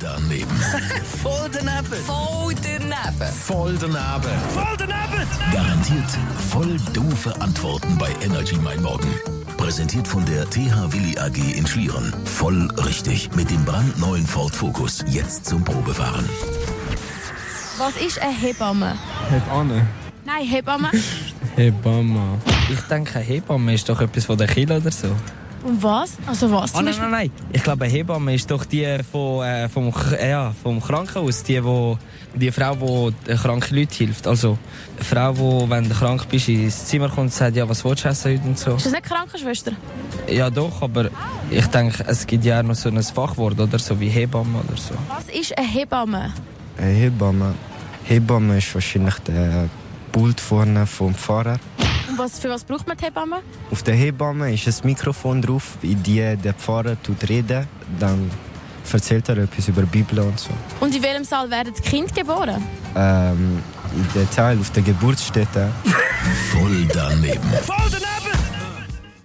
daneben. Voll daneben. Voll daneben. Voll daneben. Voll daneben. Garantiert voll doofe Antworten bei Energy Mein Morgen. Präsentiert von der TH Willi AG in Schlieren. Voll richtig. Mit dem brandneuen Ford Focus. Jetzt zum Probefahren. Was ist eine Hebamme? Hebamme. Nein, Hebamme. Hebamme. Ich denke, eine Hebamme ist doch etwas von der Kirche oder so. Und was? Also was? Zum Nein, Beispiel? nein. Ich glaube, eine Hebamme ist doch die vom Krankenhaus. Die Frau, die kranken Leuten hilft. Also eine Frau, die, wenn du krank bist, ins Zimmer kommt und sagt, ja, was willst du essen heute und so. Ist das nicht Krankenschwester? Ja doch, aber ich denke, es gibt ja noch so ein Fachwort oder so wie Hebamme oder so. Was ist eine Hebamme? Eine Hebamme ist wahrscheinlich der Pult vorne vom Fahrer. Und für was braucht man die Hebamme? Auf der Hebamme ist ein Mikrofon drauf, in dem der Pfarrer reden. Dann erzählt er etwas über die Bibel und so. Und in welchem Saal werden die Kinder geboren? In der Teil auf der Geburtsstätte. Voll daneben. Voll daneben.